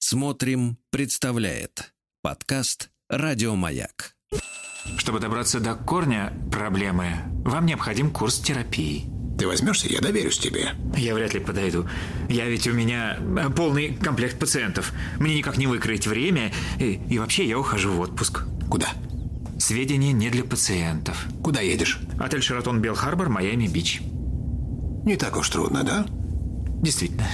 Смотрим, представляет подкаст «Радиомаяк». Чтобы добраться до корня проблемы, вам необходим курс терапии. Ты возьмешься, я доверюсь тебе. Я вряд ли подойду. У меня полный комплект пациентов. Мне никак не выкроить время. И вообще я ухожу в отпуск. Куда? Сведения не для пациентов. Куда едешь? Отель «Шератон Белл-Харбор», Майами-Бич. Не так уж трудно, да? Действительно.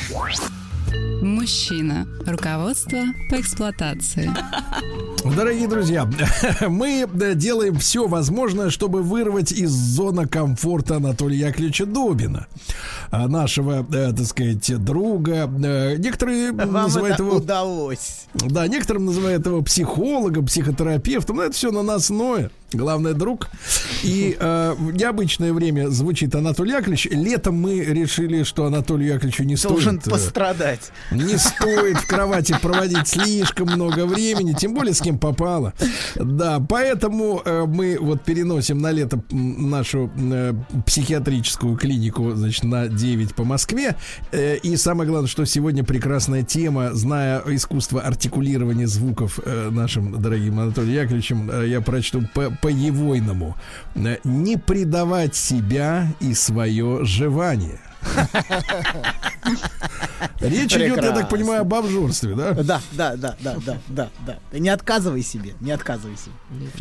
Мужчина. Руководство по эксплуатации. Дорогие друзья, мы делаем все возможное, чтобы вырвать из зоны комфорта Анатолия Яковлевича Добина, нашего, так сказать, друга. Некоторые называют его... удалось. Да, некоторым называют его психологом, психотерапевтом. Но это все наносное. Главное, друг. И в необычное время звучит Анатолий Яковлевич. Летом мы решили, что Анатолию Яковлевичу не Должен стоит... пострадать. Не стоит в кровати проводить слишком много времени, тем более с кем попало. Да, поэтому мы вот переносим на лето нашу психиатрическую клинику, значит, на 9 по Москве. И самое главное, что сегодня прекрасная тема, зная искусство артикулирования звуков нашим дорогим Анатолием Яковлевичем, я прочту по-егойному. Не предавать себя и свое желание. Речь идет, я так понимаю, об обжорстве, да? Да. Не отказывай себе, не отказывай себе.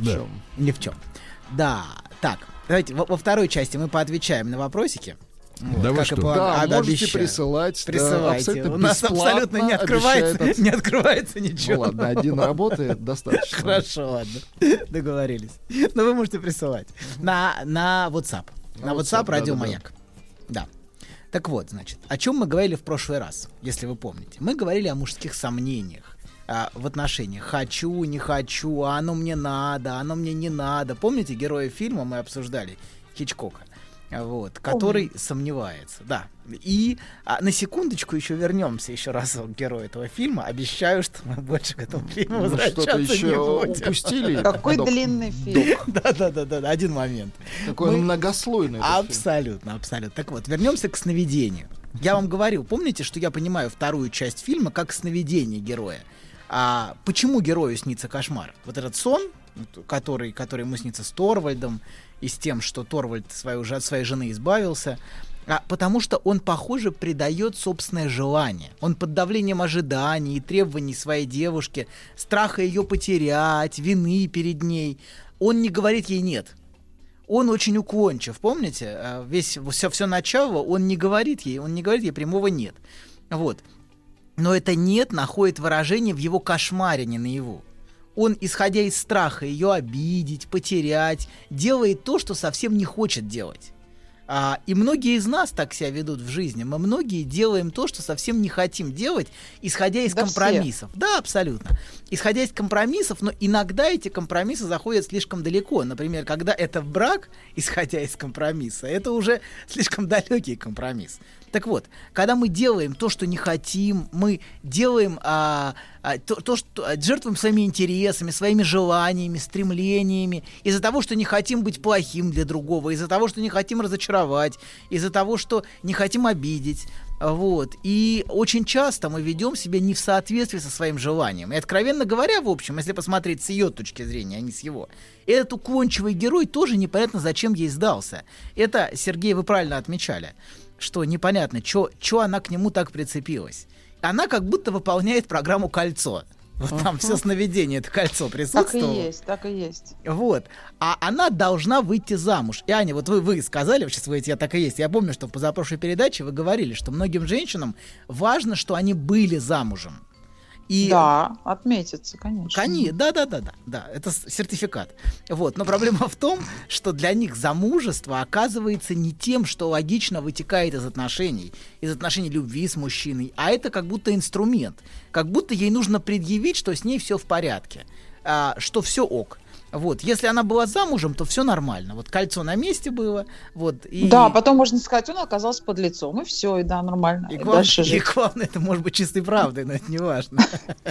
Ни в чем. Да, так, давайте во второй части мы поотвечаем на вопросики. Да вы что? Да, можете присылать. Присылайте. Да, у нас абсолютно не открывается ничего. Ну ладно, один работает, достаточно. Хорошо, ладно. Договорились. Но вы можете присылать на WhatsApp. На WhatsApp «Радиомаяк». Да. Так вот, значит, о чем мы говорили в прошлый раз, если вы помните. Мы говорили о мужских сомнениях в отношениях. Хочу, не хочу, оно мне надо, оно мне не надо. Помните, героя фильма мы обсуждали, Хичкока, вот, который сомневается. Да. И на секундочку еще вернемся еще раз к герою этого фильма. Обещаю, что мы больше к этому фильму возвращаться не будем. Что-то еще упустили. Какой длинный фильм. Да, один момент. Какой он многослойный. Абсолютно. Так вот, вернемся к сновидению. Я вам говорил, помните, что я понимаю вторую часть фильма как сновидение героя. Почему герою снится кошмар? Вот этот сон, который ему снится с Торвальдом, и с тем, что Торвальд от своей жены избавился, потому что он, похоже, предает собственное желание. Он под давлением ожиданий и требований своей девушки, страха ее потерять, вины перед ней. Он не говорит ей «нет». Он очень уклончив, помните? Все начало он не говорит ей прямого «нет». Вот. Но это «нет» находит выражение в его кошмаре, не наяву. Он, исходя из страха ее обидеть, потерять, делает то, что совсем не хочет делать. И многие из нас так себя ведут в жизни. Мы многие делаем то, что совсем не хотим делать, исходя из компромиссов. Все. Да, абсолютно. Исходя из компромиссов, но иногда эти компромиссы заходят слишком далеко. Например, когда это брак, исходя из компромисса, это уже слишком далекий компромисс. Так вот, когда мы делаем то, что не хотим, мы делаем то, что жертвуем своими интересами, своими желаниями, стремлениями, из-за того, что не хотим быть плохим для другого, из-за того, что не хотим разочаровать, из-за того, что не хотим обидеть. Вот. И очень часто мы ведем себя не в соответствии со своим желанием. И, откровенно говоря, в общем, если посмотреть с ее точки зрения, а не с его, этот уклончивый герой тоже непонятно, зачем ей сдался. Это, Сергей, вы правильно отмечали, что непонятно, что она к нему так прицепилась. Она как будто выполняет программу «Кольцо». Вот там все сновидение, это кольцо присутствовало. Так и есть. Вот. А она должна выйти замуж. И, Аня, вот вы сказали, сейчас вы эти «я так и есть». Я помню, что в позапрошлой передаче вы говорили, что многим женщинам важно, что они были замужем. И... Да, отметиться, конечно. Да, это сертификат. Вот. Но проблема в том, что для них замужество оказывается не тем, что логично вытекает из отношений любви с мужчиной, а это как будто инструмент. Как будто ей нужно предъявить, что с ней все в порядке, что все ок. Вот. Если она была замужем, то все нормально. Вот кольцо на месте было. Вот, и... Да, потом можно сказать, он оказался под лицом, и все, и да, нормально. И главное, это может быть чистой правдой, но это не важно.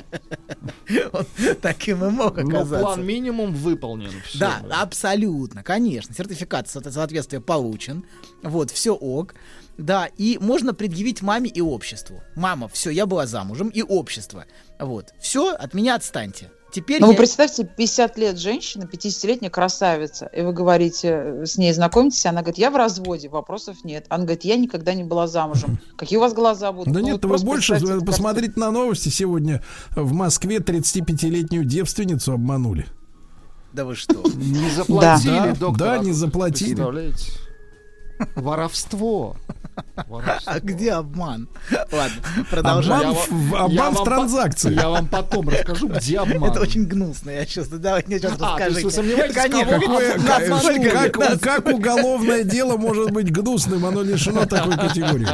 Он таким и мог оказаться. Но план минимум выполнен. Да, абсолютно, конечно. Сертификат соответствия получен. Вот, все ок. Да, и можно предъявить маме и обществу. Мама, все, я была замужем, и общество. Вот, все, от меня отстаньте. Теперь Ну, вы представьте, 50 лет женщина, 50-летняя красавица, и вы говорите, с ней знакомитесь, она говорит, я в разводе, вопросов нет. Она говорит, я никогда не была замужем. Какие у вас глаза будут? Да Ну, нет, вот вы просто больше представьте, посмотрите на новости. Сегодня в Москве 35-летнюю девственницу обманули. Да вы что? Не заплатили, Да, доктор. да, не заплатили. Представляете? Воровство. А где обман? Ладно, продолжаем. Обман в транзакции. Я вам потом расскажу, где обман. Это очень гнусно, я чувствую. Давайте мне что-то то есть расскажите. вы сомневаетесь, Конечно. Как уголовное дело может быть гнусным? Оно лишено такой категории.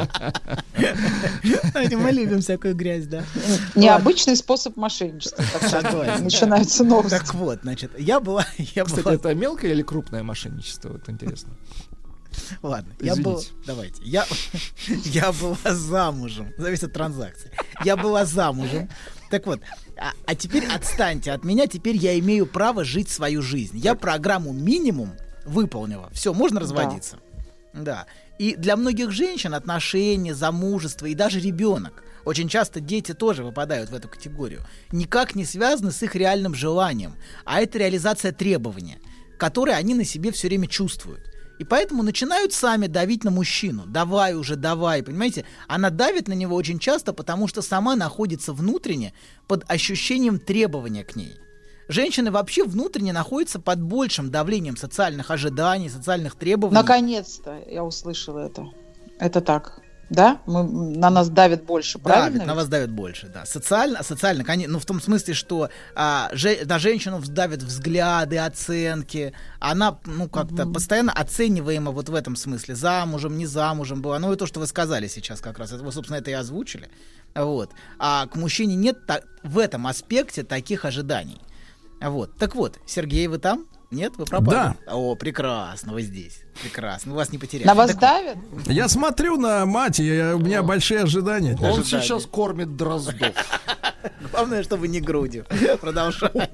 Мы любим всякую грязь, да. необычный способ мошенничества. Так что Согласен. начинаются новости. Так вот, значит, я была... Кстати, это мелкое или крупное мошенничество? Вот интересно. Ладно, Извините. давайте. Я была замужем. Зависит от транзакции. Я была замужем. Так вот, а теперь отстаньте от меня. Теперь я имею право жить свою жизнь. Я программу минимум выполнила. Все, можно разводиться. Да. И для многих женщин отношения, замужество и даже ребенок, очень часто дети тоже выпадают в эту категорию, никак не связаны с их реальным желанием, а это реализация требования, которые они на себе все время чувствуют. И поэтому начинают сами давить на мужчину. Давай уже, давай, понимаете? Она давит на него очень часто, потому что сама находится внутренне под ощущением требования к ней. Женщины вообще внутренне находятся под большим давлением социальных ожиданий, социальных требований. Наконец-то я услышала это. Это так. Да? На нас давят больше, правильно? Да, на вас давят больше, да. Социально, конечно, ну в том смысле, что на женщину давят взгляды, оценки. Она, ну, как-то постоянно оцениваема вот в этом смысле. Замужем, не замужем была. Ну, и то, что вы сказали сейчас как раз. Это вы, собственно, это и озвучили. Вот. А к мужчине нет в этом аспекте таких ожиданий. Вот. Так вот, Сергей, вы там? Нет, вы пропали? Да. О, прекрасно, вы здесь. Прекрасно, мы вас не потеряли. На вас Так давят? Я смотрю на мать, и у меня большие ожидания. Он сейчас кормит дроздов. Главное, чтобы не грудью. Продолжаем.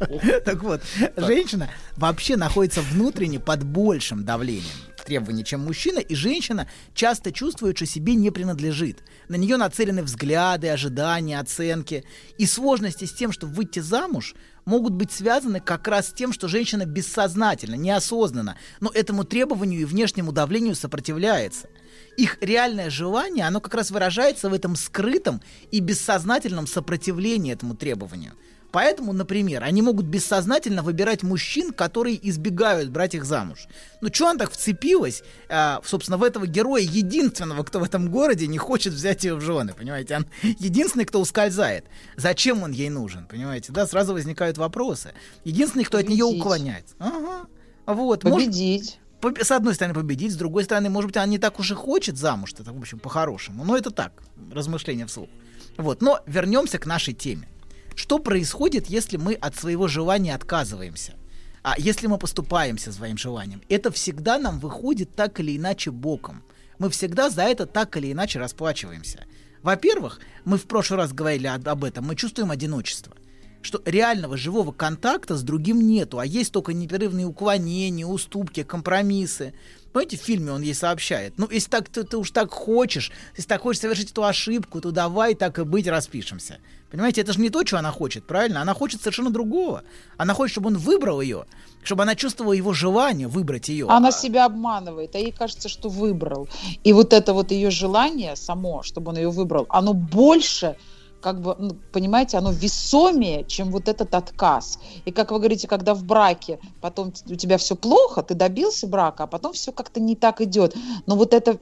Так вот, женщина вообще находится внутренне под большим давлением требований, чем мужчина, и женщина часто чувствует, что себе не принадлежит. На нее нацелены взгляды, ожидания, оценки. И сложности с тем, чтобы выйти замуж, могут быть связаны как раз с тем, что женщина бессознательно, неосознанно, но этому требованию и внешнему давлению сопротивляется. Их реальное желание, оно как раз выражается в этом скрытом и бессознательном сопротивлении этому требованию. Поэтому, например, они могут бессознательно выбирать мужчин, которые избегают брать их замуж. Ну, что она так вцепилась, собственно, в этого героя, единственного, кто в этом городе не хочет взять ее в жены, понимаете? Он единственный, кто ускользает. Зачем он ей нужен, понимаете? Да, сразу возникают вопросы. Единственный, кто от нее уклоняется. Ага. Вот. Победить. С одной стороны победить, с другой стороны, может быть, она не так уж и хочет замуж, это, в общем, по-хорошему. Но это так, размышления вслух. Вот. Но вернемся к нашей теме. Что происходит, если мы от своего желания отказываемся? А если мы поступаемся своим желанием? Это всегда нам выходит так или иначе боком. Мы всегда за это так или иначе расплачиваемся. Во-первых, мы в прошлый раз говорили об этом, мы чувствуем одиночество. Что реального живого контакта с другим нету, а есть только непрерывные уклонения, уступки, компромиссы. Понимаете, в фильме он ей сообщает: ну, если так, ты уж так хочешь, если так хочешь совершить эту ошибку, то давай, так и быть, распишемся. Понимаете, это же не то, что она хочет, правильно? Она хочет совершенно другого. Она хочет, чтобы он выбрал ее, чтобы она чувствовала его желание выбрать ее. Она себя обманывает, а ей кажется, что выбрал. И вот это вот ее желание само, чтобы он ее выбрал, оно больше, как бы, ну, понимаете, оно весомее, чем вот этот отказ. И как вы говорите, когда в браке потом у тебя все плохо, ты добился брака, а потом все как-то не так идет. Но вот эта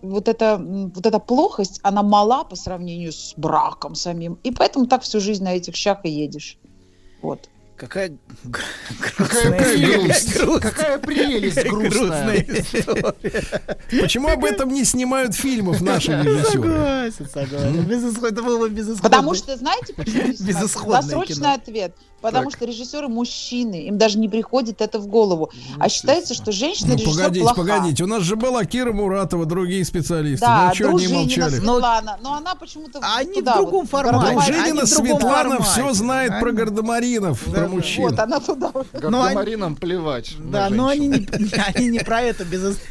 плохость, она мала по сравнению с браком самим. И поэтому так всю жизнь на этих щах и едешь. Вот. Какая прелесть грустная. Почему об этом не снимают фильмов наши режиссеры? Согласен. Это было безысходно. Потому что, знаете, почему безысходное досрочный ответ. Потому что режиссеры мужчины, им даже не приходит это в голову. А считается, что женщина-режиссер плоха. Погодите, у нас же была Кира Муратова, другие специалисты. Да, ну, чего они Дружинина, молчали? Светлана, но она почему-то Они в другом формате. Дружинина Светлана все знает про гардемаринов, про мужчин. Вот, она туда. Гардемаринам плевать. Да, но они не про это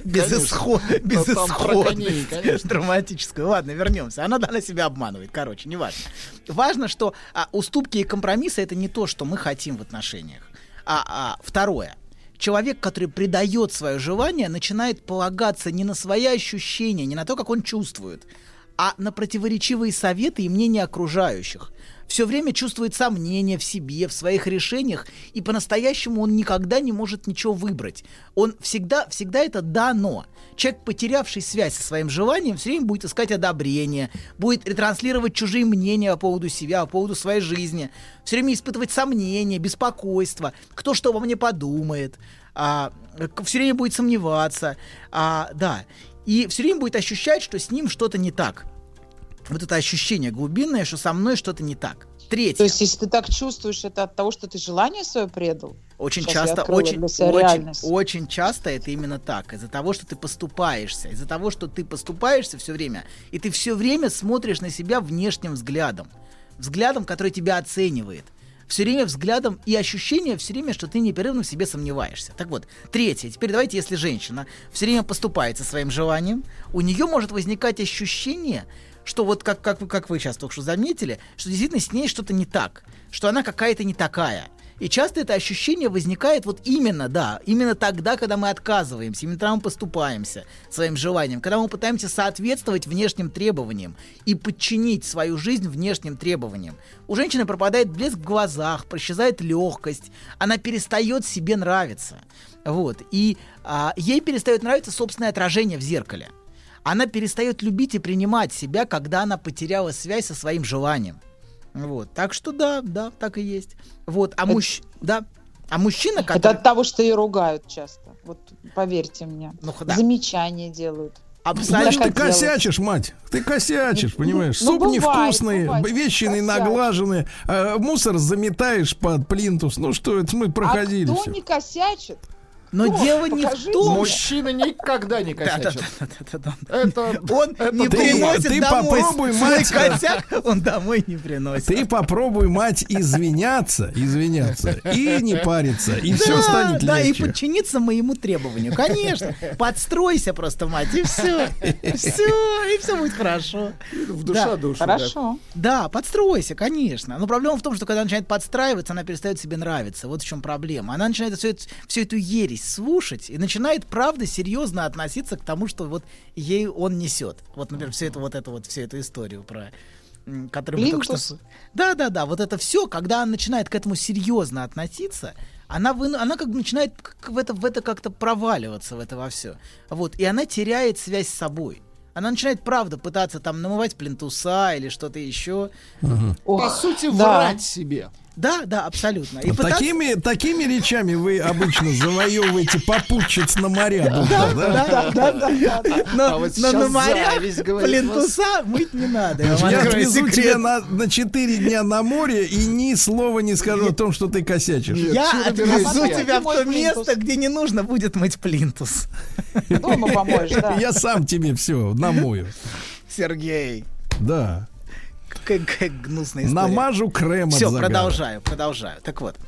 безысходность драматическую. Ладно, вернемся. Она себя обманывает, короче, неважно. Важно, что уступки и компромиссы — это не то, что мы хотим в отношениях. Второе. Человек, который предает свое желание, начинает полагаться не на свои ощущения, не на то, как он чувствует, а на противоречивые советы и мнения окружающих. Все время чувствует сомнения в себе, в своих решениях, и по-настоящему он никогда не может ничего выбрать. Он всегда это да-но. Человек, потерявший связь со своим желанием, все время будет искать одобрение, будет ретранслировать чужие мнения по поводу себя, по поводу своей жизни, все время испытывать сомнения, беспокойство, кто что обо мне подумает, все время будет сомневаться, и все время будет ощущать, что с ним что-то не так. Вот это ощущение глубинное, что со мной что-то не так. Третье. То есть, если ты так чувствуешь, это от того, что ты желание свое предал? Очень Сейчас часто, очень часто это именно так. Из-за того, что ты поступаешься. Из-за того, что ты поступаешься все время, и ты все время смотришь на себя внешним взглядом. Взглядом, который тебя оценивает. Все время взглядом и ощущение все время, что ты непрерывно в себе сомневаешься. Так вот, третье. Теперь давайте, если женщина все время поступается своим желанием, у нее может возникать ощущение, что вот как вы сейчас только что заметили, что действительно с ней что-то не так, что она какая-то не такая. И часто это ощущение возникает вот именно тогда, когда мы отказываемся, именно когда мы поступаемся своим желанием, когда мы пытаемся соответствовать внешним требованиям и подчинить свою жизнь внешним требованиям. У женщины пропадает блеск в глазах, исчезает легкость, она перестает себе нравиться. Вот. И ей перестает нравиться собственное отражение в зеркале. Она перестает любить и принимать себя, когда она потеряла связь со своим желанием. Вот. Так что да, так и есть. Вот. А мужчина, который... Это от того, что ее ругают часто. Вот поверьте мне. Да. Замечания делают. Значит, ты косячишь, мать. Ты косячишь, понимаешь? Суп невкусный, вещи не наглаженные, мусор заметаешь под плинтус. Ну что, это мы проходили. А кто все. не косячит? Но дело не в том, мужчина никогда не косячит. Он не приносит ты домой попробуй, свой мать, косяк, он домой не приносит. Ты попробуй, мать, извиняться и не париться, и все станет легче. Да, и подчиниться моему требованию, конечно. Подстройся просто, мать, и все. И все будет хорошо. В душа душу. Хорошо. Да, подстройся, конечно. Но проблема в том, что когда она начинает подстраиваться, она перестает себе нравиться. Вот в чем проблема. Она начинает всю эту ересь слушать и начинает, правда, серьезно относиться к тому, что вот ей он несет. Вот, например, всю эту историю про... которую мы только что... Да, вот это все, когда она начинает к этому серьезно относиться, она как бы начинает в это как-то проваливаться, в это во все. Вот, и она теряет связь с собой. Она начинает, правда, пытаться там намывать плинтуса или что-то еще. По сути, врать себе. Да, абсолютно. И такими речами вы обычно завоевываете попутчиц на моря. Да. Но на морях плинтуса мыть не надо. Я отвезу тебя на 4 дня на море и ни слова не скажу о том, что ты косячишь. Я отвезу тебя в то место, где не нужно будет мыть плинтус. Дома помоешь, да. Я сам тебе все намою. Сергей. Да. Какая гнусная история. Намажу крем от загара. Все, продолжаю. Так вот,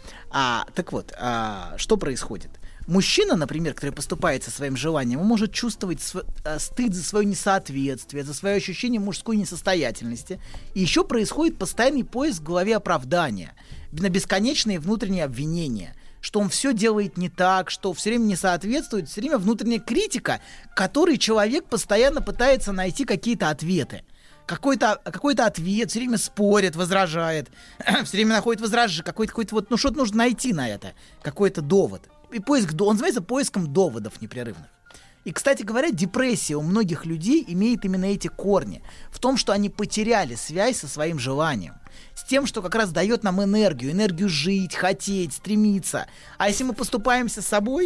что происходит? Мужчина, например, который поступает со своим желанием, он может чувствовать стыд за свое несоответствие, за свое ощущение мужской несостоятельности. И еще происходит постоянный поиск в голове оправдания, на бесконечные внутренние обвинения, что он все делает не так, что все время не соответствует, все время внутренняя критика, которой человек постоянно пытается найти какие-то ответы. Какой-то ответ, все время спорит, возражает, все время находит возражение, какой-то вот, что-то нужно найти на это, какой-то довод. И он называется поиском доводов непрерывных. И, кстати говоря, депрессия у многих людей имеет именно эти корни. В том, что они потеряли связь со своим желанием. С тем, что как раз дает нам энергию жить, хотеть, стремиться. А если мы поступаемся с собой,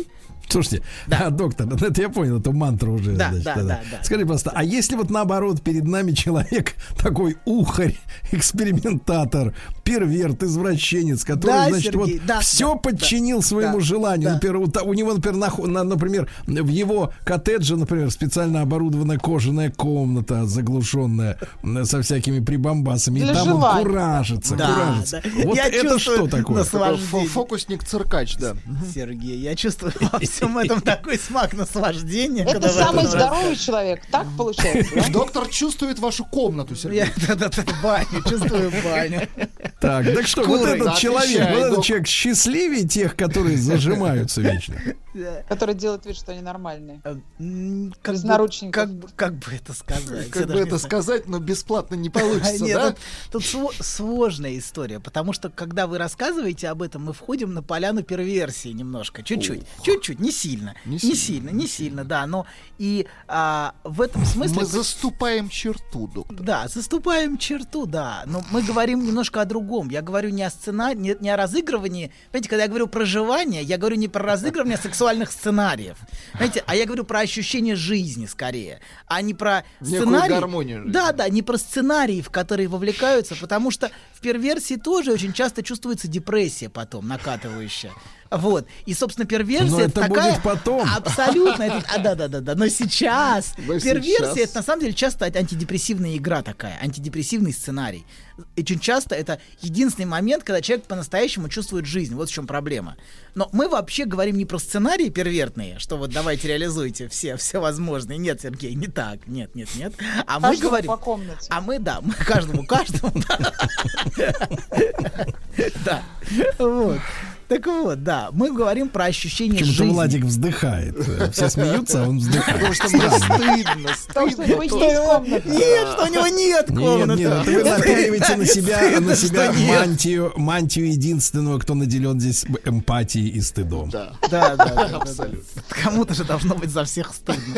Слушайте, доктор, это я понял, это мантра уже. Да. Скажи просто, а если вот наоборот перед нами человек такой ухарь, экспериментатор, перверт, извращенец, который, значит, Сергей, вот все подчинил своему желанию. Например, у него, например, в его коттедже, например, специально оборудованная кожаная комната, заглушенная со всякими прибамбасами, и там он куражится. Вот это что такое? Фокусник-циркач, да. Сергей, я чувствую во всем этом такой смак наслаждения. Это самый здоровый человек, так получается? Доктор чувствует вашу комнату, Сергей. Баню, чувствую баню. Так что вот этот человек счастливее тех, которые зажимаются вечно. Которые делают вид, что они нормальные. Без наручников. Как бы это сказать? Как бы это сказать, но бесплатно не получится, да? Нет, тут сложная история, потому что, когда вы рассказываете об этом, мы входим на поляну перверсии немножко, чуть-чуть, не сильно, да, но и в этом смысле... Мы заступаем черту, доктор. Да, заступаем черту, да, но мы говорим немножко о другом. Я говорю не о сценарии, не о разыгрывании. Понимаете, когда я говорю про проживание, я говорю не про разыгрывание сексуальных сценариев, знаете, а я говорю про ощущение жизни скорее, а не про сценарий. Гармонию жизни. Да, не про сценарии, в которые вовлекаются, потому что в перверсии тоже очень часто чувствуется депрессия потом накатывающая. Вот. И, собственно, перверсия это такая... будет потом. Абсолютно. Да. Но сейчас перверсия это на самом деле часто антидепрессивная игра такая, антидепрессивный сценарий. И очень часто это единственный момент, когда человек по-настоящему чувствует жизнь. Вот в чем проблема. Но мы вообще говорим не про сценарии первертные, что вот давайте реализуйте все возможные. Нет, Сергей, не так. Нет. А мы говорим... по комнате. А мы каждому. Да. Вот. Так вот, да, мы говорим про ощущение жизни. Почему-то Владик вздыхает. Все смеются, а он вздыхает. Потому что мне стыдно. Нет, что у него нет комнаты. Нет, вы напяливаете на себя мантию единственного, кто наделен здесь эмпатией и стыдом. Да, абсолютно. Кому-то же должно быть за всех стыдно.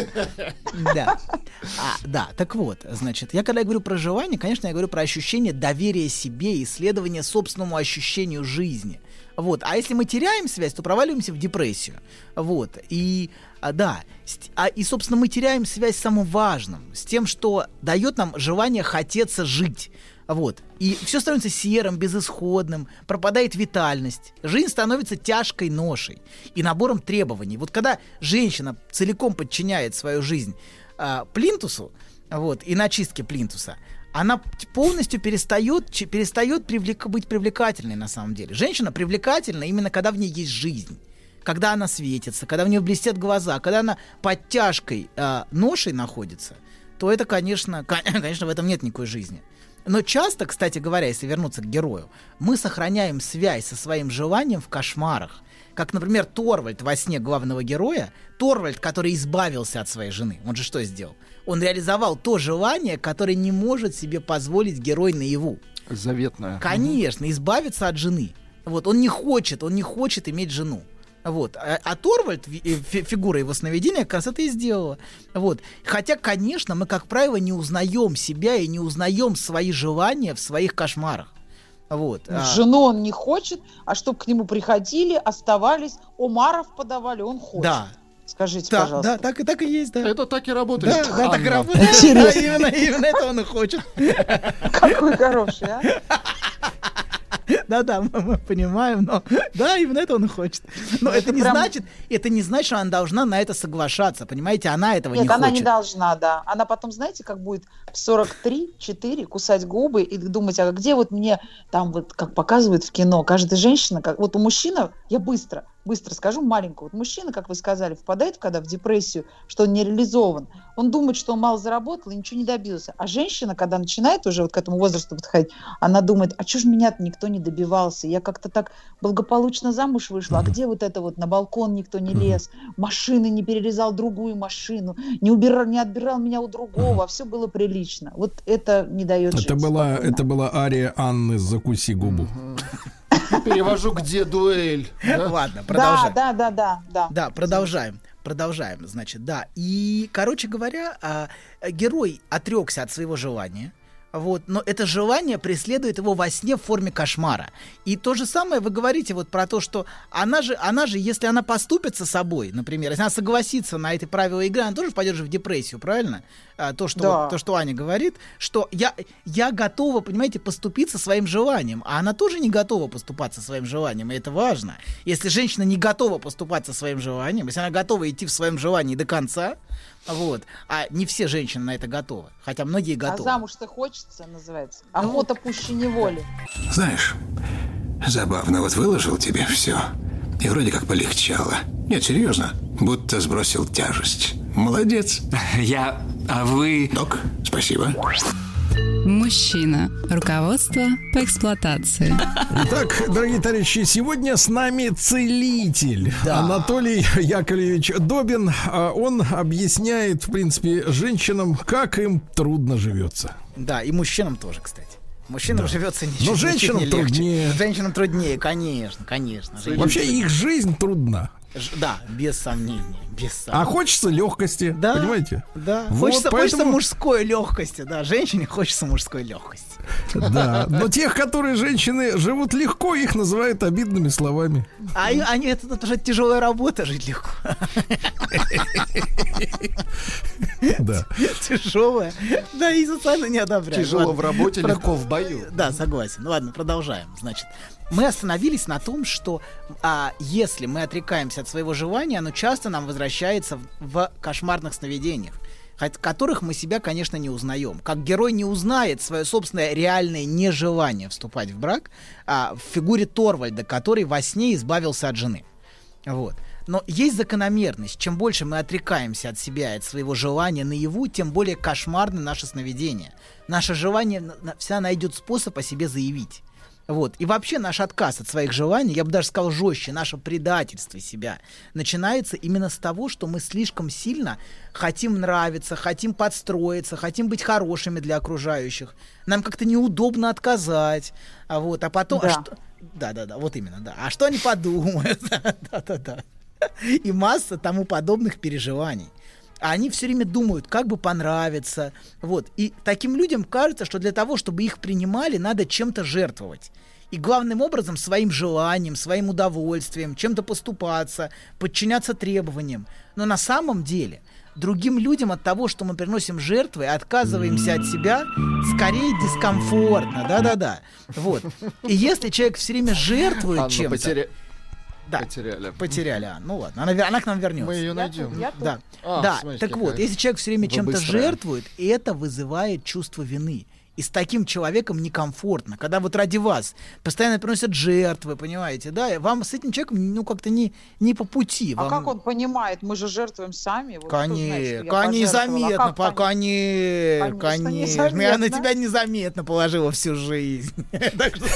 Да, так вот, значит, когда я говорю про проживание, конечно, я говорю про ощущение доверия себе, исследование собственному ощущению жизни. Вот. А если мы теряем связь, то проваливаемся в депрессию. Вот. И, собственно, мы теряем связь с самым важным, с тем, что дает нам желание хотеться жить. Вот. И все становится серым, безысходным, пропадает витальность. Жизнь становится тяжкой ношей и набором требований. Вот когда женщина целиком подчиняет свою жизнь плинтусу, вот, и начистке плинтуса, она полностью перестает быть привлекательной на самом деле. Женщина привлекательна именно когда в ней есть жизнь, когда она светится, когда в нее блестят глаза, когда она под тяжкой ношей находится, то это, конечно, в этом нет никакой жизни. Но часто, кстати говоря, если вернуться к герою, мы сохраняем связь со своим желанием в кошмарах. Как, например, Торвальд во сне главного героя, Торвальд, который избавился от своей жены. Он же что сделал? Он реализовал то желание, которое не может себе позволить герой наяву. Заветное. Конечно, избавиться от жены. Вот, он не хочет иметь жену. Вот. А Торвальд, фигура его сновидения, как раз это и сделала. Вот. Хотя, конечно, мы, как правило, не узнаем себя и не узнаем свои желания в своих кошмарах. Вот. Жену он не хочет, а чтобы к нему приходили, оставались, омаров подавали, он хочет. Да. Скажите, да, пожалуйста. Да, так и есть, да. Это так и работает. Да, так и работает. Интересно. Да, именно это он и хочет. Какой хороший, а? Да, мы понимаем, но да, именно это он и хочет. Но это не значит, что она должна на это соглашаться, понимаете? Она этого не хочет. Нет, она не должна, да. Она потом, знаете, как будет в 43-4 кусать губы и думать, а где вот мне там вот, как показывают в кино, каждая женщина, как вот у мужчины, я быстро скажу, маленького, вот мужчина, как вы сказали, впадает когда в депрессию, что он не реализован, он думает, что он мало заработал и ничего не добился. А женщина, когда начинает уже вот к этому возрасту подходить, она думает, а что ж меня-то никто не добивался, я как-то так благополучно замуж вышла, а где вот это вот, на балкон никто не лез, машины не перерезал другую машину, не отбирал меня у другого, а все было прилично. Вот это не дает жить. Это была ария Анны «Закуси губу». Перевожу, где дуэль. Ладно, продолжаем. Да, продолжаем, значит, да. И, короче говоря, герой отрекся от своего желания, Вот, но это желание преследует его во сне в форме кошмара. И то же самое вы говорите вот про то, что она же, если она поступит со собой, например, если она согласится на эти правила игры, она тоже впадет же в депрессию, правильно? То, что Аня говорит, что я готова, понимаете, поступиться своим желанием, а она тоже не готова поступаться своим желанием, и это важно. Если женщина не готова поступаться своим желанием, если она готова идти в своем желании до конца, вот, а не все женщины на это готовы, хотя многие готовы. А замуж-то хочется, называется. Охота пуще неволи. Знаешь, забавно, вот выложил тебе все, и вроде как полегчало. Нет, серьезно, будто сбросил тяжесть. Молодец. А вы... Док, спасибо. Мужчина. Руководство по эксплуатации. Итак, дорогие товарищи, сегодня с нами целитель Анатолий Яковлевич Добин. Он объясняет, в принципе, женщинам, как им трудно живется. Да, и мужчинам тоже, кстати. Мужчинам живется ничего. Но женщинам труднее. Женщинам труднее, конечно. Вообще их жизнь трудна. Да, без сомнений. А хочется легкости, понимаете? Да. Вот Хочется мужской легкости, да. Женщине хочется мужской легкости. Да. Но тех, которые женщины живут легко, их называют обидными словами. Это тоже тяжелая работа, жить легко. Да. Тяжелая. Да, и социально не одобряю. Тяжело в работе, легко в бою. Да, согласен. Ладно, продолжаем. Значит, мы остановились на том, что если мы отрекаемся от своего желания, оно часто нам возвращается в кошмарных сновидениях, в которых мы себя, конечно, не узнаем. Как герой не узнает свое собственное реальное нежелание вступать в брак в фигуре Торвальда, который во сне избавился от жены. Вот. Но есть закономерность. Чем больше мы отрекаемся от себя и от своего желания наяву, тем более кошмарны наши сновидения. Наше желание всегда найдет способ о себе заявить. Вот. И вообще наш отказ от своих желаний, я бы даже сказал жестче, наше предательство себя, начинается именно с того, что мы слишком сильно хотим нравиться, хотим подстроиться, хотим быть хорошими для окружающих. Нам как-то неудобно отказать. Вот. А потом... Да. Да, вот именно, да. А что они подумают? Да. И масса тому подобных переживаний. А они все время думают, как бы понравиться. Вот. И таким людям кажется, что для того, чтобы их принимали, надо чем-то жертвовать. И главным образом своим желанием, своим удовольствием, чем-то поступаться, подчиняться требованиям. Но на самом деле другим людям от того, что мы приносим жертвы, отказываемся от себя, скорее дискомфортно. Да. Вот. И если человек все время жертвует чем-то... Да, потеряли. Ну ладно, она к нам вернется. Мы ее найдем. Да. Так вот, если человек все время чем-то жертвует, это вызывает чувство вины. И с таким человеком некомфортно. Когда вот ради вас постоянно приносят жертвы, понимаете, да, вам с этим человеком, как-то не по пути. А как он понимает? Мы же жертвуем сами. Вот конечно, незаметно, конечно. Я на тебя незаметно положила всю жизнь. Так что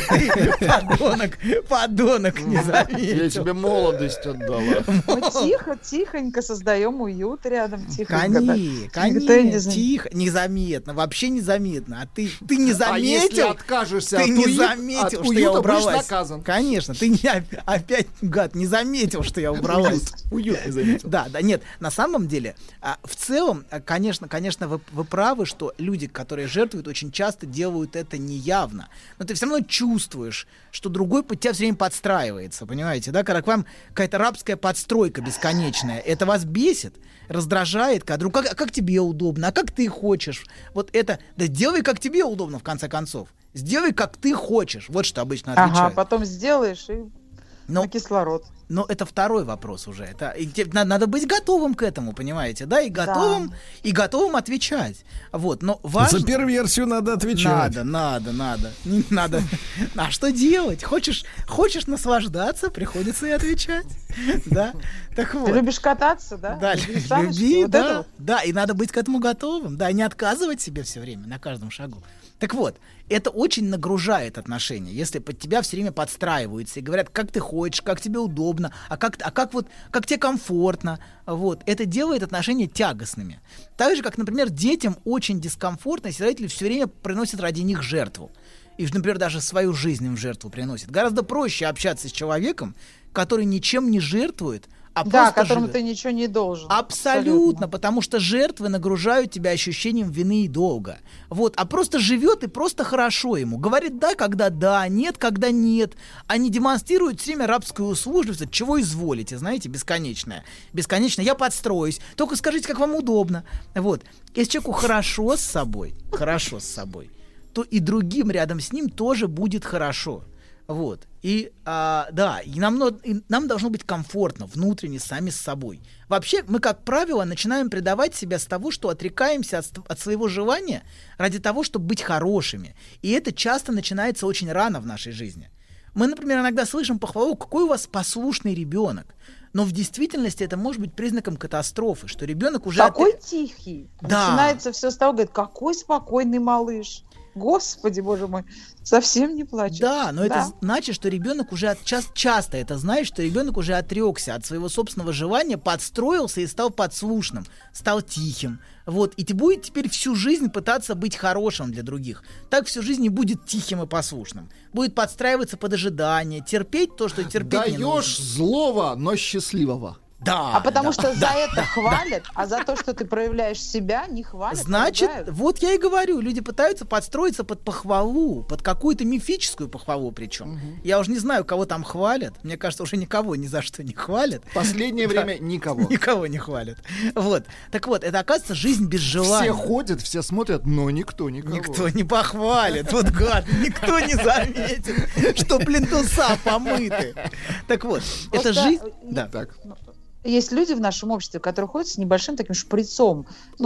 ты подонок не заметил. Я тебе молодость отдала. Мы тихонько создаем уют рядом. Конечно, тихо, незаметно, вообще незаметно. А ты не заметил? А если откажешься ты от не заметил, что я убралась. Будешь наказан. Конечно, ты опять, гад, не заметил, что я убралась. Уют не заметил. Да, нет, на самом деле, в целом, конечно, вы правы, что люди, которые жертвуют, очень часто делают это неявно. Но ты все равно чувствуешь, что другой под тебя все время подстраивается, понимаете, да? Когда к вам какая-то рабская подстройка бесконечная, это вас бесит, раздражает, когда как тебе удобно, а как ты хочешь. Вот это, да делай, как тебе удобно, в конце концов. Сделай, как ты хочешь. Вот что обычно отвечают. Ага, потом сделаешь и на кислород. Но это второй вопрос уже. Надо быть готовым к этому, понимаете, да? И готовым отвечать. Вот, но важно... За перверсию надо отвечать. Надо. Не надо. А что делать? Хочешь наслаждаться, приходится и отвечать. Да? Так вот. Ты любишь кататься, да? Да, люби, да. Да, и надо быть к этому готовым. Да, не отказывать себе все время, на каждом шагу. Так вот, это очень нагружает отношения, если под тебя все время подстраиваются и говорят, как ты хочешь, как тебе удобно, как тебе комфортно. Вот. Это делает отношения тягостными. Так же, как, например, детям очень дискомфортно, если родители все время приносят ради них жертву. И, например, даже свою жизнь им в жертву приносят. Гораздо проще общаться с человеком, который ничем не жертвует, а Да, просто которому живет. ты ничего не должен. Абсолютно, потому что жертвы нагружают тебя ощущением вины и долга. Вот, а просто живет и просто хорошо ему. Говорит да, когда да, нет, когда нет. Они демонстрируют все время рабскую услужливость, от чего изволите, знаете, бесконечное. Бесконечно, я подстроюсь. Только скажите, как вам удобно. Вот, если человеку хорошо с собой, то и другим рядом с ним тоже будет хорошо. Вот. И нам должно быть комфортно внутренне сами с собой. Вообще, мы, как правило, начинаем предавать себя с того, что отрекаемся от своего желания ради того, чтобы быть хорошими. И это часто начинается очень рано в нашей жизни. Мы, например, иногда слышим похвалу, какой у вас послушный ребенок. Но в действительности это может быть признаком катастрофы, что ребенок уже... Какой тихий. Да. Начинается все с того, говорит, какой спокойный малыш. Господи, боже мой, совсем не плачет. Да, но это значит, что ребенок уже часто это знает, что ребенок уже отрекся от своего собственного желания, подстроился и стал послушным, стал тихим. Вот, и будет теперь всю жизнь пытаться быть хорошим для других. Так всю жизнь не будет тихим и послушным. Будет подстраиваться под ожидания, терпеть то, что терпеть не нужно. Даешь злого, но счастливого. Да. А потому что за это хвалят, а за то, что ты проявляешь себя, не хвалят. Значит, ругают. вот я и говорю, люди пытаются подстроиться под похвалу, под какую-то мифическую похвалу причем. Я уже не знаю, кого там хвалят. Мне кажется, уже никого ни за что не хвалят. Последнее время никого. Никого не хвалят. Вот. Так вот, это, оказывается, жизнь без желания. Все ходят, все смотрят, но никто никого. Никто не похвалит. Вот гад, никто не заметит, что плинтуса помыты. Так вот, это жизнь... Да. Так. Есть люди в нашем обществе, которые ходят с небольшим таким шприцом,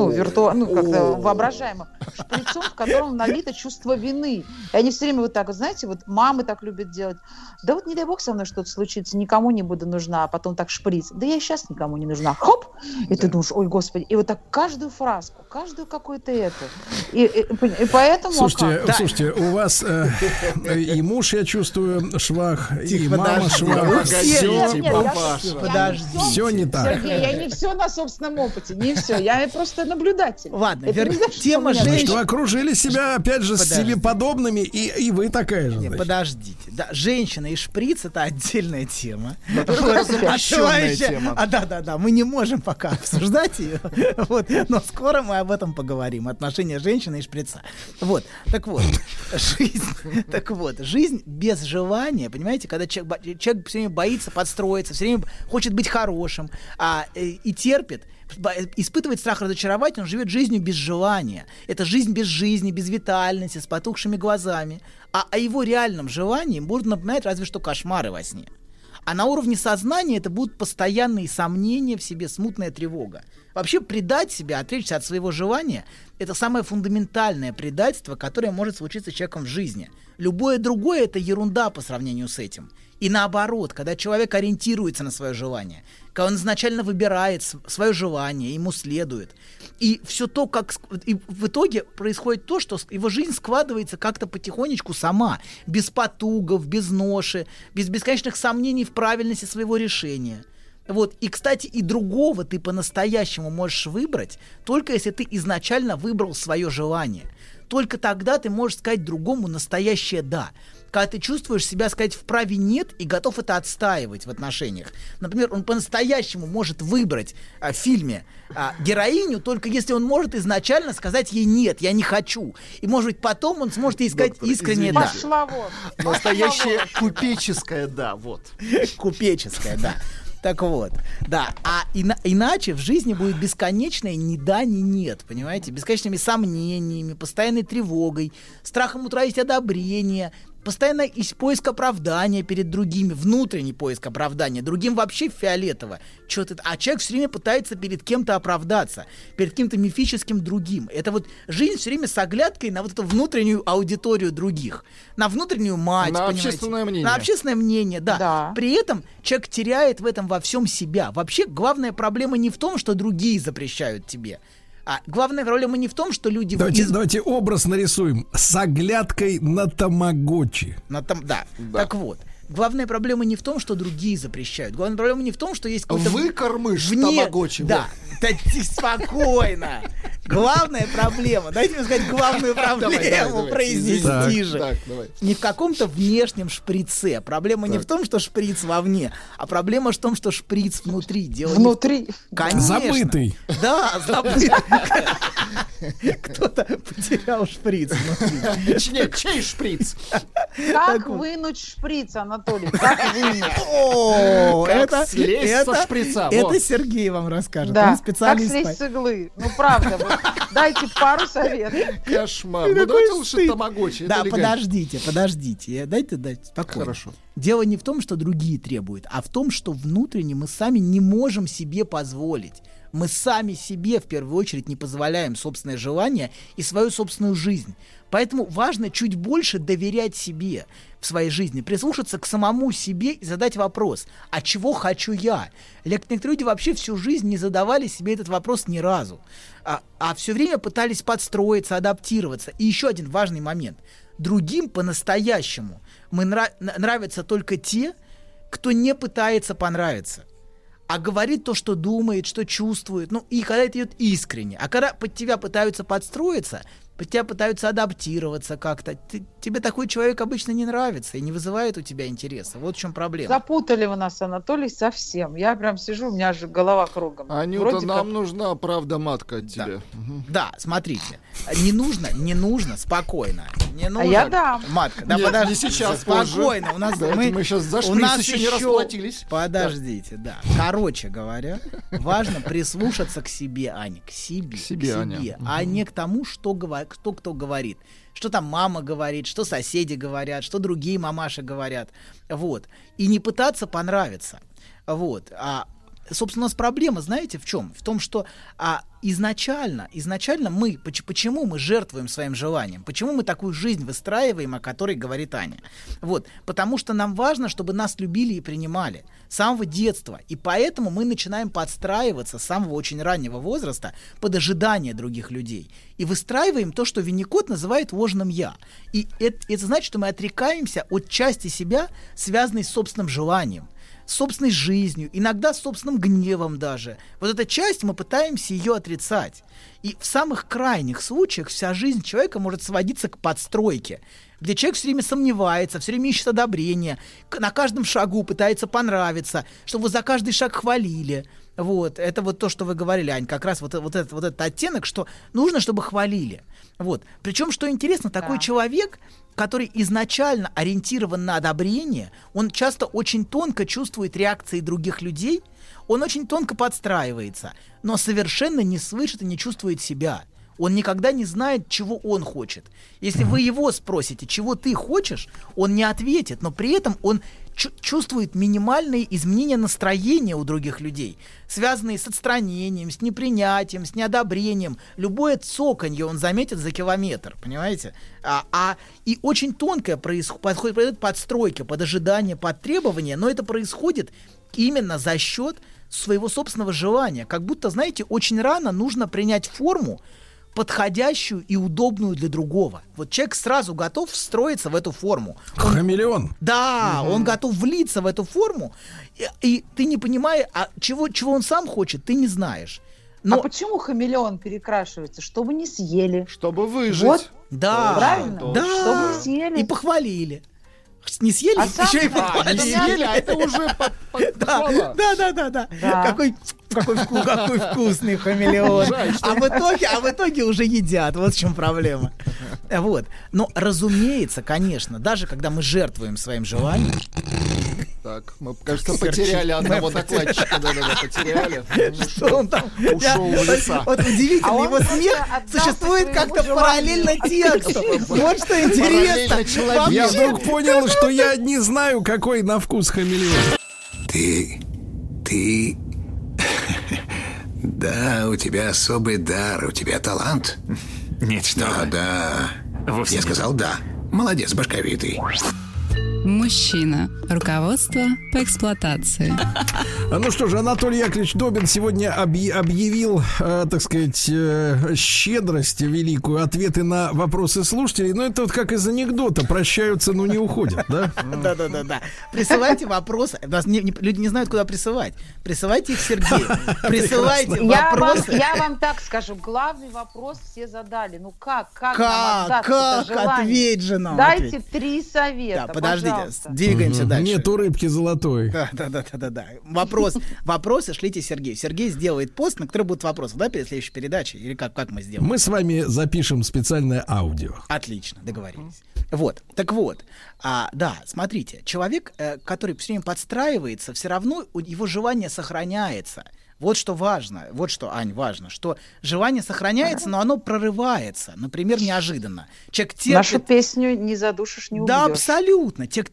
как-то воображаемым, шприцом, в котором налито чувство вины. И они все время вот так, знаете, вот мамы так любят делать. Да вот не дай бог со мной что-то случится, никому не буду нужна, а потом так шприц. Да я и сейчас никому не нужна. Хоп! И ты думаешь, ой, господи. И вот так каждую фразку, каждую какую-то эту. И поэтому... Слушайте, у вас и муж, я чувствую, швах, и мама швах. Погодите, папаша. Подожди. Все не так. Сергей, я не все на собственном опыте, не все. Я просто наблюдатель. Ладно, Это не значит, тема что у меня- Значит, женщин... вы окружили себя, опять же, с себе подобными, и вы такая же. Не, значит. подождите. Да, женщина и шприц — это отдельная тема. запрещенная тема. Да. Мы не можем пока обсуждать ее. Вот. Но скоро мы об этом поговорим. Отношения женщины и шприца. Вот. Так вот, жизнь без желания, понимаете, когда человек все время боится подстроиться, все время хочет быть хорошим, и терпит, испытывает страх разочаровать, он живет жизнью без желания. Это жизнь без жизни, без витальности, с потухшими глазами. А о его реальном желании будут напоминать разве что кошмары во сне. А на уровне сознания это будут постоянные сомнения в себе, смутная тревога. Вообще предать себя, отречься от своего желания — это самое фундаментальное предательство, которое может случиться с человеком в жизни. Любое другое — это ерунда по сравнению с этим. И наоборот, когда человек ориентируется на свое желание, когда он изначально выбирает свое желание, ему следует, и все то, и в итоге происходит то, что его жизнь складывается как-то потихонечку сама, без потугов, без ноши, без бесконечных сомнений в правильности своего решения. Вот. И, кстати, и другого ты по-настоящему можешь выбрать, только если ты изначально выбрал свое желание. Только тогда ты можешь сказать другому настоящее «да». Когда ты чувствуешь себя сказать вправе «нет» и готов это отстаивать в отношениях. Например, он по-настоящему может выбрать в фильме героиню, только если он может изначально сказать ей «нет, я не хочу». И, может быть, потом он сможет ей сказать искреннее «да». Пошла вон. Настоящее купеческое «да», вот. Купеческое, да. Так вот, да. А иначе в жизни будет бесконечное ни да, ни нет, понимаете? Бесконечными сомнениями, постоянной тревогой, страхом утратить одобрение, постоянно поиск оправдания перед другими, внутренний поиск оправдания, другим вообще фиолетово. А человек все время пытается перед кем-то оправдаться, перед каким-то мифическим другим. Это вот жизнь все время с оглядкой на вот эту внутреннюю аудиторию других, на внутреннюю мать, на понимаете? общественное мнение. На общественное мнение, да. Да. При этом человек теряет в этом во всем себя. Вообще главная проблема не в том, что другие запрещают тебе. А главная проблема не в том, что люди... Давайте образ нарисуем. С оглядкой на тамагочи. Да. Так вот. Главная проблема не в том, что другие запрещают. Главная проблема не в том, что есть какой-то... Выкормыш вне... тамагочи. Да. Да спокойно. Главная проблема, дайте мне сказать главную проблему, произнести же. Так, давай. Не в каком-то внешнем шприце. Проблема не в том, что шприц вовне, а проблема в том, что шприц внутри. Внутри. Конечно. Забытый. Да, забытый. Кто-то потерял шприц внутри. Чей шприц? Как вынуть шприц, Анатолий? Как вынуть? О, Как слезть со шприца? Это Вот. Сергей вам расскажет. Да, Он как специалист. слезть с иглы. Ну, правда, вот дайте пару советов. Кошмар. Ну, давайте лучше тамагочи. Да, подождите. Дайте, спокойно. Хорошо. Дело не в том, что другие требуют, а в том, что внутренне мы сами не можем себе позволить. Мы сами себе, в первую очередь, не позволяем собственное желание и свою собственную жизнь. Поэтому важно чуть больше доверять себе в своей жизни, прислушаться к самому себе и задать вопрос, а чего хочу я? Некоторые люди вообще всю жизнь не задавали себе этот вопрос ни разу, а все время пытались подстроиться, адаптироваться. И еще один важный момент. Другим по-настоящему нравятся только те, кто не пытается понравиться, а говорит то, что думает, что чувствует. Ну, и когда это идет искренне. А когда под тебя пытаются подстроиться, под тебя пытаются адаптироваться как-то, тебе такой человек обычно не нравится и не вызывает у тебя интереса. Вот в чем проблема. Запутали вы нас, Анатолий, совсем. Я прям сижу, у меня же голова кругом. Анюта, Вроде нам как- нужна правда-матка от тебя. Да, смотрите. Не нужно, спокойно. Не нужно. я дам. Матка, да, Нет, подожди. не сейчас, Спокойно. У нас Да, мы сейчас за у шприц нас еще не еще- расплатились. Подождите, да. Короче говоря, важно прислушаться к себе, Аня, к себе. К себе, Аня. А не к тому, что кто говорит. Что там мама говорит, что соседи говорят, что другие мамаши говорят. Вот. И не пытаться понравиться. Вот. Собственно, у нас проблема, знаете, в чем? В том, что изначально мы, почему мы жертвуем своим желанием? Почему мы такую жизнь выстраиваем, о которой говорит Аня? Вот. Потому что нам важно, чтобы нас любили и принимали с самого детства. И поэтому мы начинаем подстраиваться с самого очень раннего возраста под ожидания других людей. И выстраиваем то, что Винникот называет ложным «я». И это значит, что мы отрекаемся от части себя, связанной с собственным желанием, с собственной жизнью, иногда с собственным гневом даже. Вот эта часть, мы пытаемся ее отрицать. И в самых крайних случаях вся жизнь человека может сводиться к подстройке, где человек все время сомневается, все время ищет одобрения, на каждом шагу пытается понравиться, чтобы за каждый шаг хвалили. Вот, это вот то, что вы говорили, Ань, как раз вот этот оттенок, что нужно, чтобы хвалили. Вот. Причем, что интересно, такой человек, который изначально ориентирован на одобрение, он часто очень тонко чувствует реакции других людей, он очень тонко подстраивается, но совершенно не слышит и не чувствует себя. Он никогда не знает, чего он хочет. Если вы его спросите, чего ты хочешь, он не ответит, но при этом он чувствует минимальные изменения настроения у других людей, связанные с отстранением, с непринятием, с неодобрением. Любое цоканье он заметит за километр, понимаете? И очень тонкое происходит подстройка, под ожидание, под требования, но это происходит именно за счет своего собственного желания. Как будто, знаете, очень рано нужно принять форму, подходящую и удобную для другого. Вот человек сразу готов встроиться в эту форму. Хамелеон. Да, он готов влиться в эту форму, и ты не понимаешь, чего он сам хочет, ты не знаешь. Но... А почему хамелеон перекрашивается? Чтобы не съели. Чтобы выжить. Вот. Да, Правильно? да. Чтобы съели. И похвалили. Не съели, А сам- еще и Не похвалили. съели, а это уже похвала. Да. Да. Какой вкусный хамелеон. А в итоге уже едят. Вот в чем проблема. Вот. Но, разумеется, конечно, даже когда мы жертвуем своим желанием. Так, мы, кажется, потеряли одного докладчика. Да-да-да, потеряли. Что он там? Ушел в леса. Вот удивительно, А он его смех отдался существует своему как-то желанию. параллельно тексту. Вот что интересно. Параллельно человеку. Я Вообще, вдруг понял, что я не знаю, какой на вкус хамелеон. Ты... Да, у тебя особый дар, у тебя талант. Нет, что вы. Да. Вовсе Я нет. сказал да. Молодец, башковитый. Мужчина. Руководство по эксплуатации. Ну что же, Анатолий Яковлевич Добин сегодня объявил, так сказать, щедрость великую, ответы на вопросы слушателей. Но это вот как из анекдота: прощаются, но не уходят, да? Да. Присылайте вопросы. Люди не знают, куда присылать. Присылайте их Сергею. Присылайте вопросы. Я вам так скажу. Главный вопрос все задали. Ну как нам отдаться это желание? Ответь же нам. Дайте 3 совета. Да, подождите, пожалуйста. двигаемся дальше. Нету рыбки золотой. Да. Вопросы шлите Сергею. Сергей сделает пост, на который будут вопросы, да, перед следующей передачей? Или как мы сделаем? Мы с вами запишем специальное аудио. Отлично, договорились. Вот, так вот, да, смотрите, человек, который все время подстраивается, все равно его желание сохраняется. Вот что важно, Ань, важно, что желание сохраняется, но оно прорывается, например, неожиданно. Человек терпит... Нашу песню «Не задушишь, не убьешь». Да, абсолютно. Человек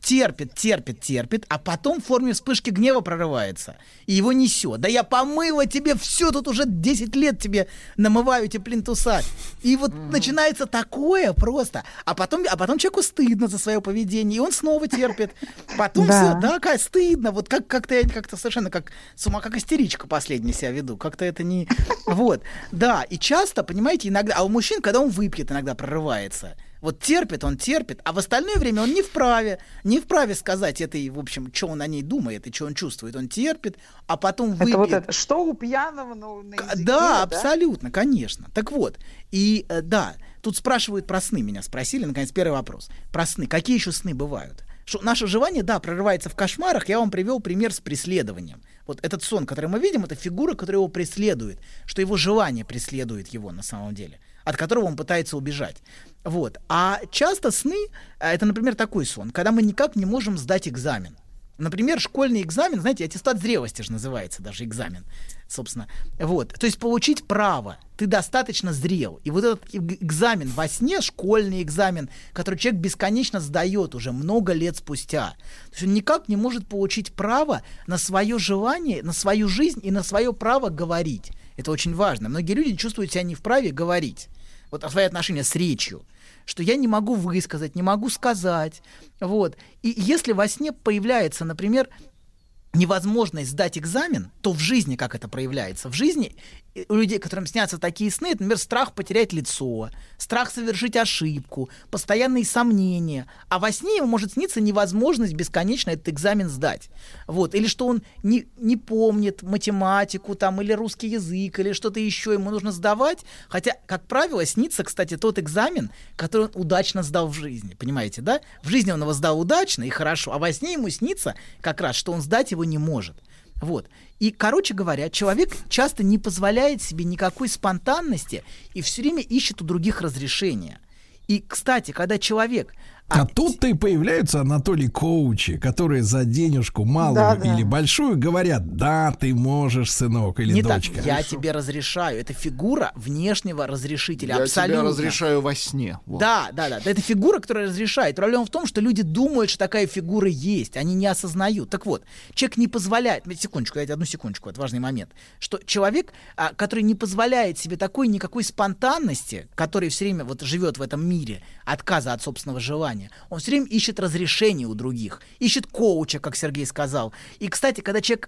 терпит, а потом в форме вспышки гнева прорывается, и его несет. Да я помыла тебе все, тут уже 10 лет тебе намываю эти плинтуса. И вот начинается такое просто. А потом человеку стыдно за свое поведение, и он снова терпит. Потом все, да, стыдно. Вот как-то я совершенно как истеричка последняя себя веду. Как-то это не... Вот. Да, и часто, понимаете, иногда... А у мужчин, когда он выпьет, иногда прорывается. Вот терпит, а в остальное время он не вправе сказать этой, в общем, что он о ней думает и что он чувствует. Он терпит, а потом выпьет. Это что у пьяного на языке, да, абсолютно, конечно. Так вот, и да, тут спрашивают про сны, меня спросили, наконец, первый вопрос. Про сны. Какие еще сны бывают? Наше желание, да, прорывается в кошмарах. Я вам привел пример с преследованием. Вот этот сон, который мы видим, это фигура, которая его преследует, что его желание преследует его на самом деле, от которого он пытается убежать. Вот. А часто сны, это, например, такой сон, когда мы никак не можем сдать экзамен. Например, школьный экзамен, знаете, аттестат зрелости же называется даже экзамен, собственно. Вот. То есть получить право, ты достаточно зрел. И вот этот экзамен во сне, школьный экзамен, который человек бесконечно сдает уже много лет спустя, то есть он никак не может получить право на свое желание, на свою жизнь и на свое право говорить. Это очень важно. Многие люди чувствуют себя не вправе говорить. Вот свои отношения с речью. Что я не могу высказать, не могу сказать. Вот. И если во сне появляется, например, невозможность сдать экзамен, то в жизни как это проявляется? В жизни у людей, которым снятся такие сны, это, например, страх потерять лицо, страх совершить ошибку, постоянные сомнения. А во сне ему может сниться невозможность бесконечно этот экзамен сдать. Вот. Или что он не помнит математику там, или русский язык, или что-то еще ему нужно сдавать. Хотя, как правило, снится, кстати, тот экзамен, который он удачно сдал в жизни. Понимаете, да? В жизни он его сдал удачно и хорошо, а во сне ему снится как раз, что он сдать его не может. Вот. И, короче говоря, человек часто не позволяет себе никакой спонтанности и все время ищет у других разрешения. И, кстати, когда человек... А тут-то и появляются, Анатолий, коучи, которые за денежку малую или большую говорят: да, ты можешь, сынок или не дочка. Так, я тебе разрешаю. Это фигура внешнего разрешителя. Я абсолютно. Тебя разрешаю во сне. Вот. Да. Это фигура, которая разрешает. Проблема в том, что люди думают, что такая фигура есть. Они не осознают. Так вот, человек не позволяет... Секундочку, дайте одну секундочку, это важный момент. Что человек, который не позволяет себе такой никакой спонтанности, который все время вот живет в этом мире, отказа от собственного желания, он все время ищет разрешение у других, ищет коуча, как Сергей сказал. И, кстати, когда человек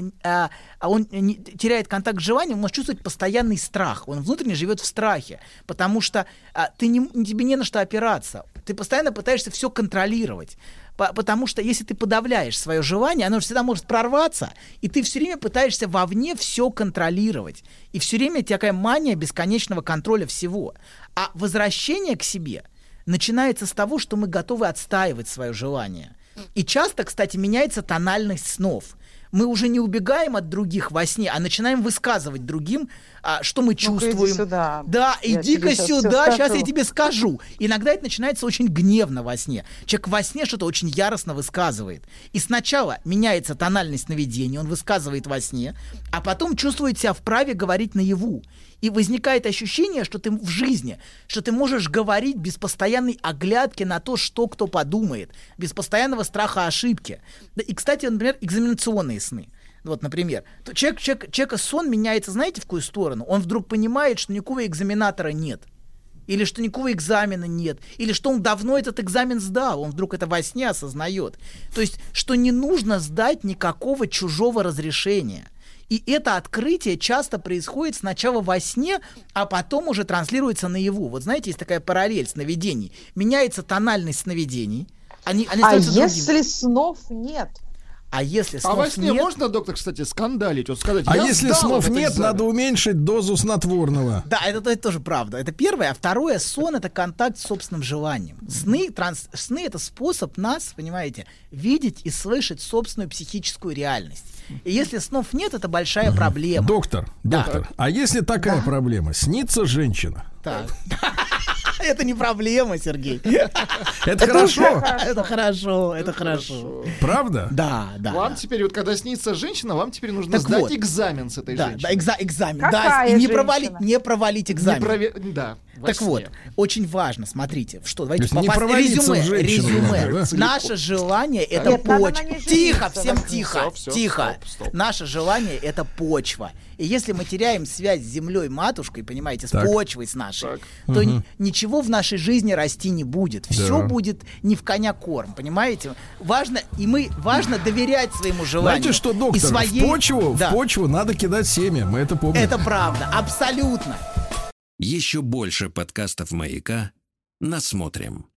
он теряет контакт с желанием, он может чувствовать постоянный страх. Он внутренне живет в страхе, потому что тебе не на что опираться. Ты постоянно пытаешься все контролировать. Потому что если ты подавляешь свое желание, оно же всегда может прорваться, и ты все время пытаешься вовне все контролировать. И все время такая мания бесконечного контроля всего. А возвращение к себе начинается с того, что мы готовы отстаивать свое желание. И часто, кстати, меняется тональность снов. Мы уже не убегаем от других во сне, а начинаем высказывать другим, что мы чувствуем. Иди сюда. Да, иди-ка сюда, сейчас я тебе скажу. Иногда это начинается очень гневно во сне. Человек во сне что-то очень яростно высказывает. И сначала меняется тональность сновидения, он высказывает во сне, а потом чувствует себя вправе говорить наяву. И возникает ощущение, что ты в жизни, что ты можешь говорить без постоянной оглядки на то, что кто подумает, без постоянного страха ошибки. И, кстати, например, экзаменационные сны. Вот, например, человека сон меняется, знаете, в какую сторону? Он вдруг понимает, что никакого экзаменатора нет. или что никакого экзамена нет, или что он давно этот экзамен сдал, он вдруг это во сне осознает. То есть, что не нужно сдать никакого чужого разрешения. И это открытие часто происходит сначала во сне, а потом уже транслируется наяву. Вот знаете, есть такая параллель сновидений. Меняется тональность сновидений. Они если снов нет? А если снов во сне нет... можно, доктор, кстати, скандалить? Вот сказать, А я если сдал снов этот нет, экзамен. надо уменьшить дозу снотворного. Да, это тоже правда. Это первое. А второе, сон — это контакт с собственным желанием. Сны — это способ нас, понимаете, видеть и слышать собственную психическую реальность. И если снов нет, это большая проблема. Доктор, а если такая проблема? Снится женщина. Так. Это не проблема, Сергей. Это хорошо. Это хорошо, это хорошо. Правда? Да. Вам теперь, вот когда снится женщина, вам теперь нужно Так сдать вот. экзамен с этой Да, женщиной. экзамен. Какая Да, и не женщина? провалить экзамен. Да, во Так сне. вот, очень важно, смотрите, что, давайте То есть не провалиться в женщину резюме. надо, да? Наше желание — это Нет, надо почва. на ней Тихо, жениться, всем Василий. тихо, Всё, тихо. стоп. Наше желание — это почва. И если мы теряем связь с землей матушкой, понимаете, с Так. почвой с нашей, то ничего в нашей жизни расти не будет. Все будет не в коня корм, понимаете? Важно доверять своему желанию. Знаете что, доктор, И своей... в почву надо кидать семя, мы это помним. Это правда, абсолютно. Еще больше подкастов «Маяка» насмотрим.